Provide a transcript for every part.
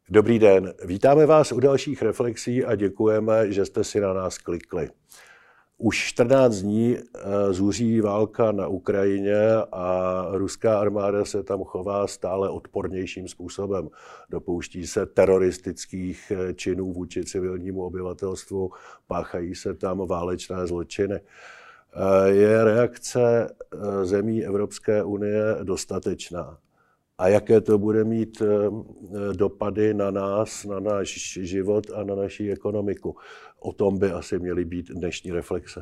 Dobrý den, vítáme vás u dalších reflexí a děkujeme, že jste si na nás klikli. Už 14 dní zuří válka na Ukrajině a ruská armáda se tam chová stále odpornějším způsobem. Dopouští se teroristických činů vůči civilnímu obyvatelstvu, páchají se tam válečné zločiny. Je reakce zemí Evropské unie dostatečná? A jaké to bude mít dopady na nás, na náš život a na naši ekonomiku? O tom by asi měly být dnešní reflexe.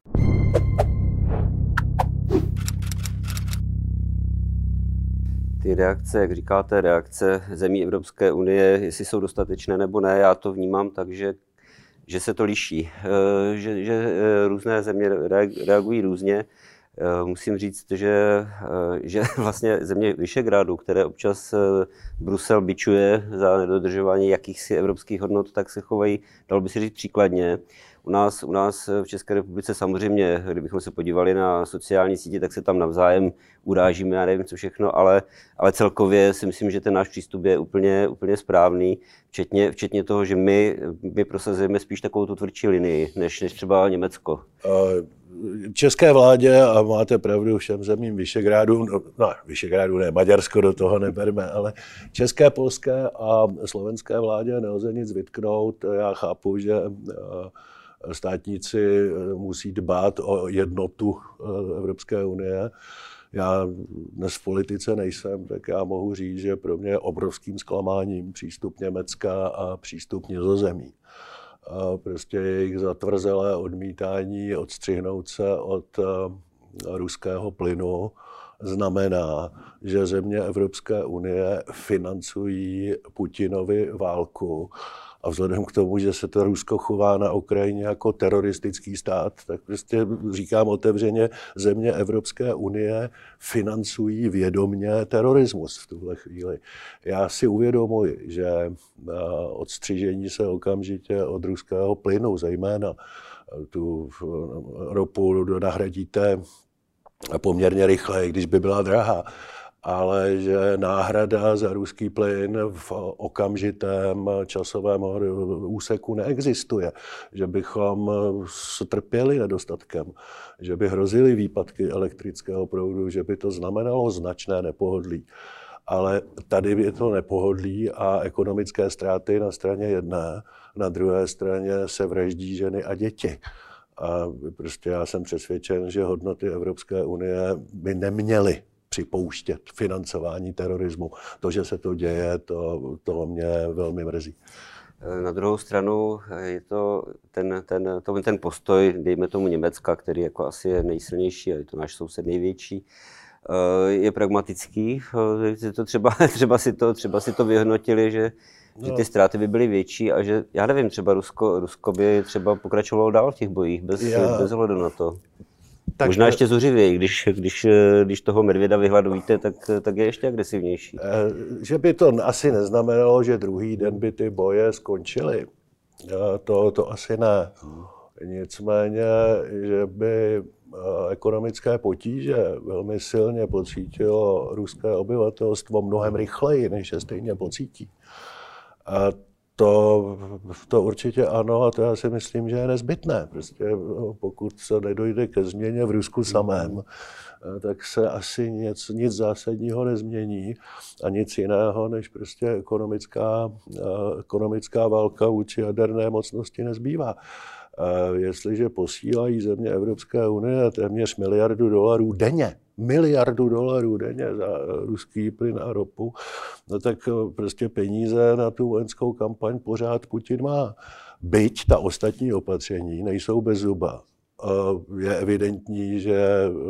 Ty reakce, jak říkáte, reakce zemí Evropské unie, jestli jsou dostatečné nebo ne, já to vnímám tak, že se to liší, že různé země reagují různě. Musím říct, že vlastně země Visegrádu, které občas Brusel bičuje za nedodržování jakýchsi evropských hodnot, tak se chovají, dalo by se říct, příkladně. U nás v České republice samozřejmě, kdybychom se podívali na sociální sítě, tak se tam navzájem urážíme, já nevím co všechno, ale celkově si myslím, že ten náš přístup je úplně správný, včetně toho, že my prosazujeme spíš takovou tu tvrdší linii, než třeba Německo. České vládě, a máte pravdu, všem zemím Visegrádu, Visegrádu ne, Maďarsko do toho neberme, ale české, polské a slovenské vládě nelze nic vytknout. Já chápu, že státníci musí dbát o jednotu Evropské unie. Já dnes v politice nejsem, tak já mohu říct, že pro mě je obrovským zklamáním přístup Německa a přístup Nizozemí. Prostě jejich zatvrzelé odmítání odstřihnout se od ruského plynu znamená, že země Evropské unie financují Putinovi válku. A vzhledem k tomu, že se to Rusko chová na Ukrajině jako teroristický stát, tak prostě říkám otevřeně, země Evropské unie financují vědomě terorismus v tuhle chvíli. Já si uvědomuji, že odstřižení se okamžitě od ruského plynu, zejména tu ropu nahradíte poměrně rychle, když by byla drahá, ale že náhrada za ruský plyn v okamžitém časovém úseku neexistuje, že bychom trpěli nedostatkem, že by hrozily výpadky elektrického proudu, že by to znamenalo značné nepohodlí. Ale tady je to nepohodlí a ekonomické ztráty na straně jedné, na druhé straně se vraždí ženy a děti. A prostě já jsem přesvědčen, že hodnoty Evropské unie by neměly připouštět financování terorismu. To, že se to děje, to mě velmi mrzí. Na druhou stranu je to ten postoj, dejme tomu Německa, který jako asi je nejsilnější, a je to náš soused největší, je pragmatický. Je to třeba si to vyhodnotili, že ty ztráty by byly větší a že, já nevím, třeba Rusko by třeba pokračovalo dál v těch bojích bez ohledu na to. Tak, možná ještě zuřivěji, když toho medvěda vyhladovíte, tak je ještě agresivnější. Že by to asi neznamenalo, že druhý den by ty boje skončily. To asi ne. Nicméně, že by ekonomické potíže velmi silně pocítilo ruské obyvatelstvo mnohem rychleji, než je stejně pocítí. A to určitě ano, a to já si myslím, že je nezbytné. Prostě pokud se nedojde ke změně v Rusku samém, tak se asi nic zásadního nezmění a nic jiného, než prostě ekonomická válka vůči jaderné mocnosti nezbývá. Jestliže posílají země Evropské unie téměř miliardu dolarů denně za ruský plyn a ropu, no tak prostě peníze na tu vojenskou kampaň pořád Putin má. Byť ta ostatní opatření nejsou bez zuba. Je evidentní, že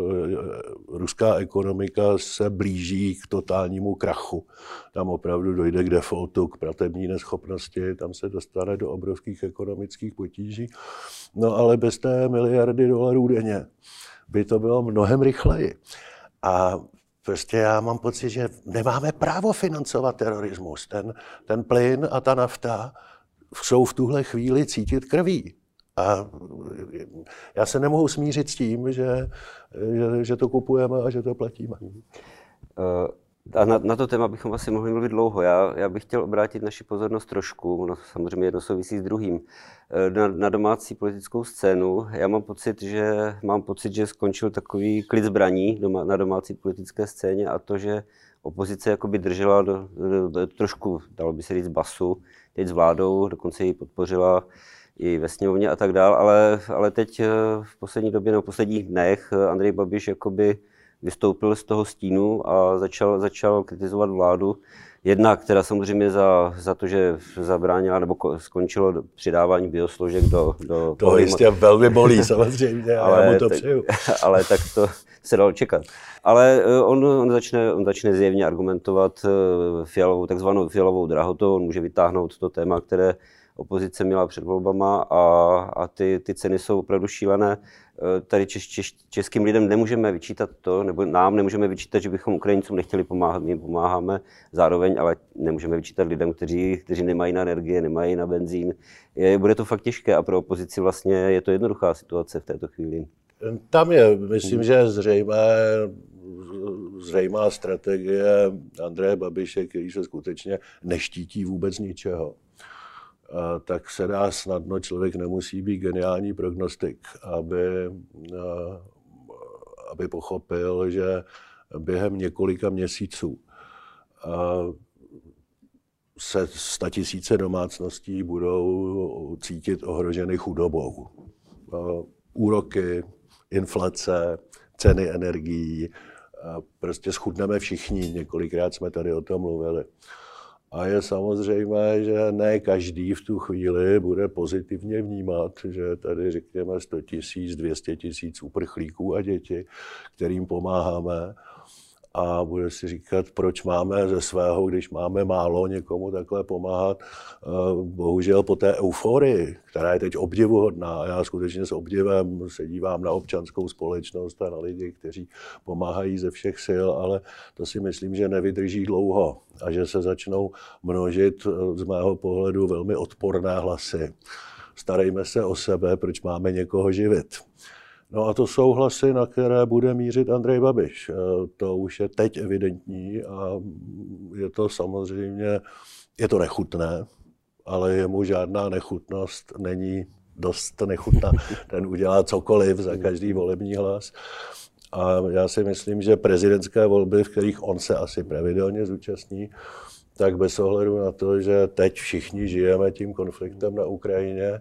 ruská ekonomika se blíží k totálnímu krachu. Tam opravdu dojde k defaultu, k platební neschopnosti, tam se dostane do obrovských ekonomických potíží. No ale bez té miliardy dolarů denně by to bylo mnohem rychleji. A prostě já mám pocit, že nemáme právo financovat terorismus. Ten plyn a ta nafta jsou v tuhle chvíli cítit krví. A já se nemohu smířit s tím, že to kupujeme a že to platíme. A na to téma bychom asi mohli mluvit dlouho. Já bych chtěl obrátit naši pozornost trošku, no samozřejmě jedno souvisí s druhým, na domácí politickou scénu. Já mám pocit, že skončil takový klid zbraní na domácí politické scéně a to, že opozice jakoby držela trošku, dalo by se říct, basu, teď s vládou, dokonce ji podpořila i ve sněmovně a tak dál, ale teď v poslední době, nebo v posledních dnech Andrej Babiš jakoby vystoupil z toho stínu a začal kritizovat vládu. Jednak teda samozřejmě za to, že zabránila nebo skončilo přidávání biosložek do to jistě velmi bolí samozřejmě, ale já mu to přeju. Ale tak to se dalo čekat. Ale on začne zjevně argumentovat takzvanou fialovou drahotou, on může vytáhnout to téma, které opozice měla před volbama a ty ceny jsou opravdu šílené. Tady českým lidem nemůžeme vyčítat to, nebo nám nemůžeme vyčítat, že bychom Ukrajincům nechtěli pomáhat, my jim pomáháme zároveň, ale nemůžeme vyčítat lidem, kteří nemají na energie, nemají na benzín. Bude to fakt těžké a pro opozici vlastně je to jednoduchá situace v této chvíli. Tam je, myslím, že zřejmá strategie Andreje Babiše, který se skutečně neštítí vůbec ničeho. Tak se dá snadno, člověk nemusí být geniální prognostik, aby pochopil, že během několika měsíců se 100 000 domácností budou cítit ohroženy chudobou. Úroky, inflace, ceny energií, prostě schudneme všichni, několikrát jsme tady o tom mluvili. A je samozřejmé, že ne každý v tu chvíli bude pozitivně vnímat, že tady řekněme 100 000, 200 000 uprchlíků a děti, kterým pomáháme, a bude si říkat, proč máme ze svého, když máme málo, někomu takhle pomáhat. Bohužel po té euforii, která je teď obdivuhodná, já skutečně s obdivem se dívám na občanskou společnost a na lidi, kteří pomáhají ze všech sil, ale to si myslím, že nevydrží dlouho a že se začnou množit z mého pohledu velmi odporné hlasy. Starejme se o sebe, proč máme někoho živit. No a to jsou hlasy, na které bude mířit Andrej Babiš. To už je teď evidentní a je to samozřejmě, je to nechutné, ale jemu žádná nechutnost není dost nechutná. Ten udělá cokoliv za každý volební hlas. A já si myslím, že prezidentské volby, v kterých on se asi pravidelně zúčastní, tak bez ohledu na to, že teď všichni žijeme tím konfliktem na Ukrajině,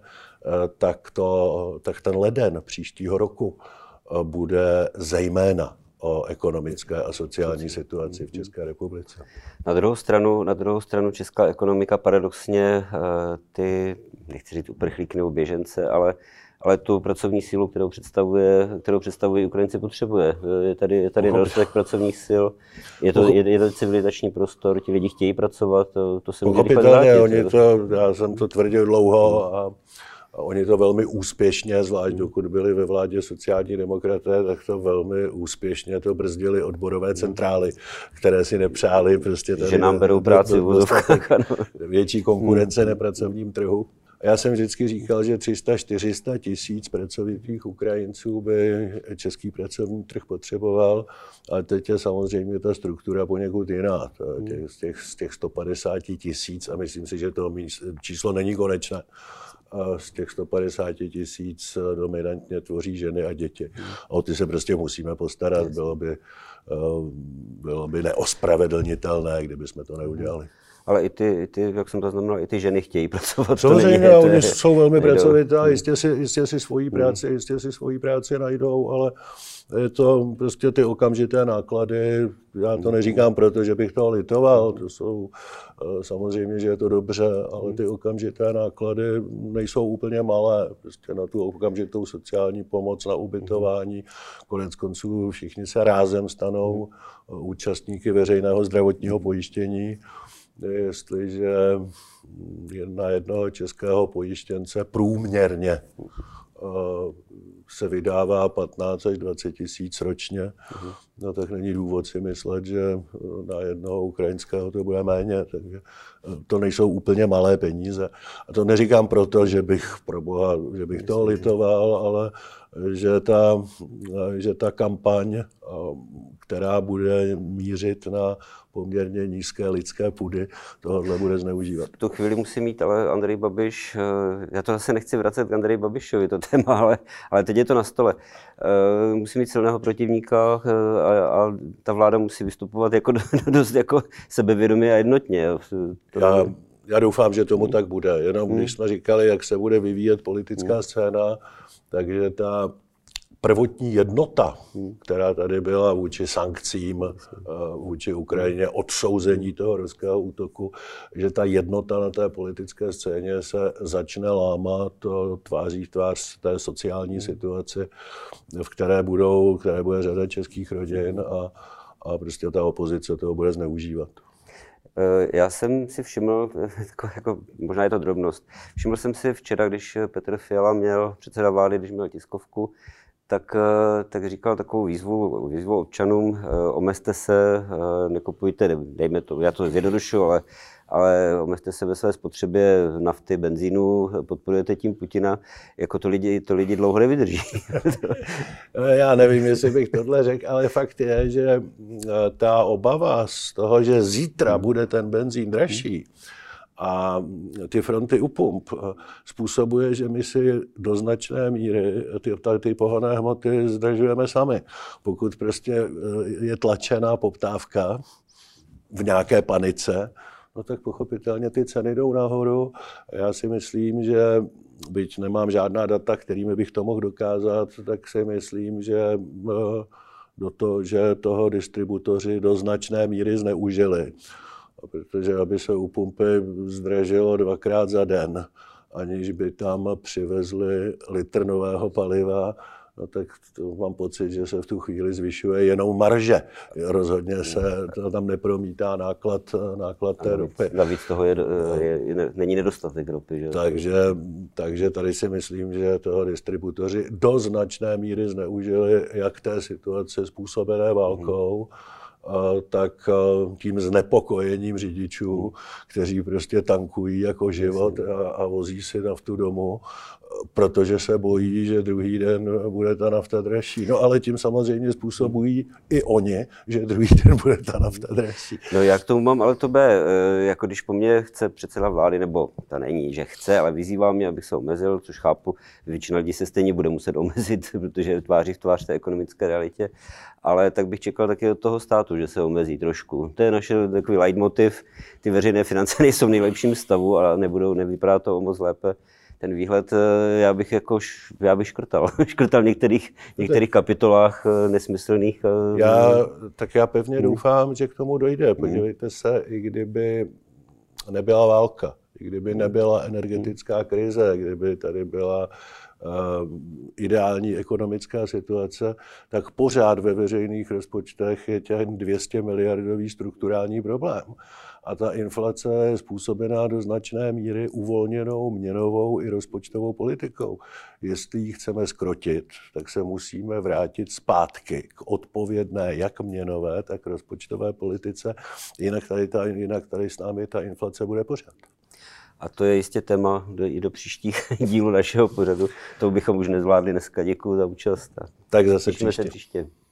tak ten leden příštího roku bude zejména o ekonomické a sociální situaci v České republice. Na druhou stranu česká ekonomika paradoxně nechci říct uprchlíky nebo běžence, ale tu pracovní sílu, kterou představují Ukrajinci, potřebuje. Je tady nedostatek pracovních sil, je to civilizační prostor, ti lidi chtějí pracovat, to se může rychle vrátit. Já jsem to tvrdil dlouho a oni to velmi úspěšně, zvlášť dokud byli ve vládě sociální demokraté, tak to velmi úspěšně to brzdili odborové centrály, které si nepřáli prostě tady, že nám berou práci větší konkurence na pracovním trhu. Já jsem vždycky říkal, že 300-400 tisíc pracovitých Ukrajinců by český pracovní trh potřeboval, ale teď je samozřejmě ta struktura poněkud jiná. Z těch 150 tisíc, a myslím si, že to číslo není konečné, z těch 150 tisíc dominantně tvoří ženy a děti. A o ty se prostě musíme postarat, bylo by neospravedlnitelné, kdyby jsme to neudělali. Ale i ty, jak jsem to znamenal, i ty ženy chtějí pracovat. Samozřejmě, oni jsou velmi pracovitá, jistě si svoji práci najdou, ale je to prostě ty okamžité náklady. Já to neříkám proto, že bych toho litoval, to jsou samozřejmě, že je to dobře, ale ty okamžité náklady nejsou úplně malé. Prostě na tu okamžitou sociální pomoc, na ubytování, konec konců všichni se rázem stanou účastníky veřejného zdravotního pojištění. Jestliže na jednoho českého pojištěnce průměrně se vydává 15 až 20 tisíc ročně, no tak není důvod si myslet, že na jednoho ukrajinského to bude méně, takže to nejsou úplně malé peníze. A to neříkám proto, že bych toho litoval, ale že ta kampaň, která bude mířit na poměrně nízké lidské půdy, tohle bude zneužívat. V tu chvíli musí mít ale Andrej Babiš, já to zase nechci vracet k Andreji Babišovi, to téma, ale teď je to na stole. Musí mít silného protivníka a ta vláda musí vystupovat jako dost jako sebevědomě a jednotně. Já doufám, že tomu tak bude. Jenom když jsme říkali, jak se bude vyvíjet politická scéna, takže ta prvotní jednota, která tady byla vůči sankcím, vůči Ukrajině, odsouzení toho ruského útoku, že ta jednota na té politické scéně se začne lámat tváří v tvář té sociální situaci, v které bude řada českých rodin a prostě ta opozice toho bude zneužívat. Já jsem si všiml, jako, možná je to drobnost, všiml jsem si včera, když Petr Fiala předseda vlády, když měl tiskovku, tak říkal takovou výzvu občanům, omezte se, nekupujte, dejme to, já to zjednodušuju, ale omezte se ve své spotřebě nafty, benzínu, podporujete tím Putina, jako to lidi dlouho nevydrží. Já nevím, jestli bych tohle řekl, ale fakt je, že ta obava z toho, že zítra bude ten benzín dražší, a ty fronty u pump způsobuje, že my si do značné míry ty pohonné hmoty zdražujeme sami. Pokud prostě je tlačená poptávka v nějaké panice, no tak pochopitelně ty ceny jdou nahoru. Já si myslím, že byť nemám žádná data, kterými bych to mohl dokázat, tak si myslím, že toho distributoři do značné míry zneužili. Protože aby se u pumpy zdražilo 2krát za den, aniž by tam přivezli litr nového paliva, no tak mám pocit, že se v tu chvíli zvyšuje jenom marže. Rozhodně se tam nepromítá náklad té ropy. Navíc toho není nedostatek ropy. Že? Takže tady si myslím, že toho distributoři do značné míry zneužili jak té situace způsobené válkou, tak tím znepokojením řidičů, kteří prostě tankují jako život a vozí si naftu domů, protože se bojí, že druhý den bude ta nafta dražší. No ale tím samozřejmě způsobují i oni, že druhý den bude ta nafta dražší. No já k tomu mám ale to B, jako když po mně chce předseda vlády, nebo to není, že chce, ale vyzývá mě, abych se omezil, což chápu, většina lidí se stejně bude muset omezit, protože tváří v tvář té ekonomické realitě, ale tak bych čekal taky od toho státu, že se omezí trošku. To je naše takový leitmotiv, ty veřejné finance nejsou v nejlepším stavu a nevypadá to o moc lépe. Ten výhled já bych škrtal. Škrtal v některých kapitolách nesmyslných. Já pevně doufám, že k tomu dojde. Podívejte se, i kdyby nebyla válka, i kdyby nebyla energetická krize, kdyby tady byla ideální ekonomická situace, tak pořád ve veřejných rozpočtech je ten 200 miliardový strukturální problém. A ta inflace je způsobená do značné míry uvolněnou měnovou i rozpočtovou politikou. Jestli ji chceme zkrotit, tak se musíme vrátit zpátky k odpovědné jak měnové, tak rozpočtové politice, jinak tady s námi ta inflace bude pořád. A to je jistě téma i do příštích dílů našeho pořadu. To bychom už nezvládli dneska. Děkuji za účast. Tak zase příště.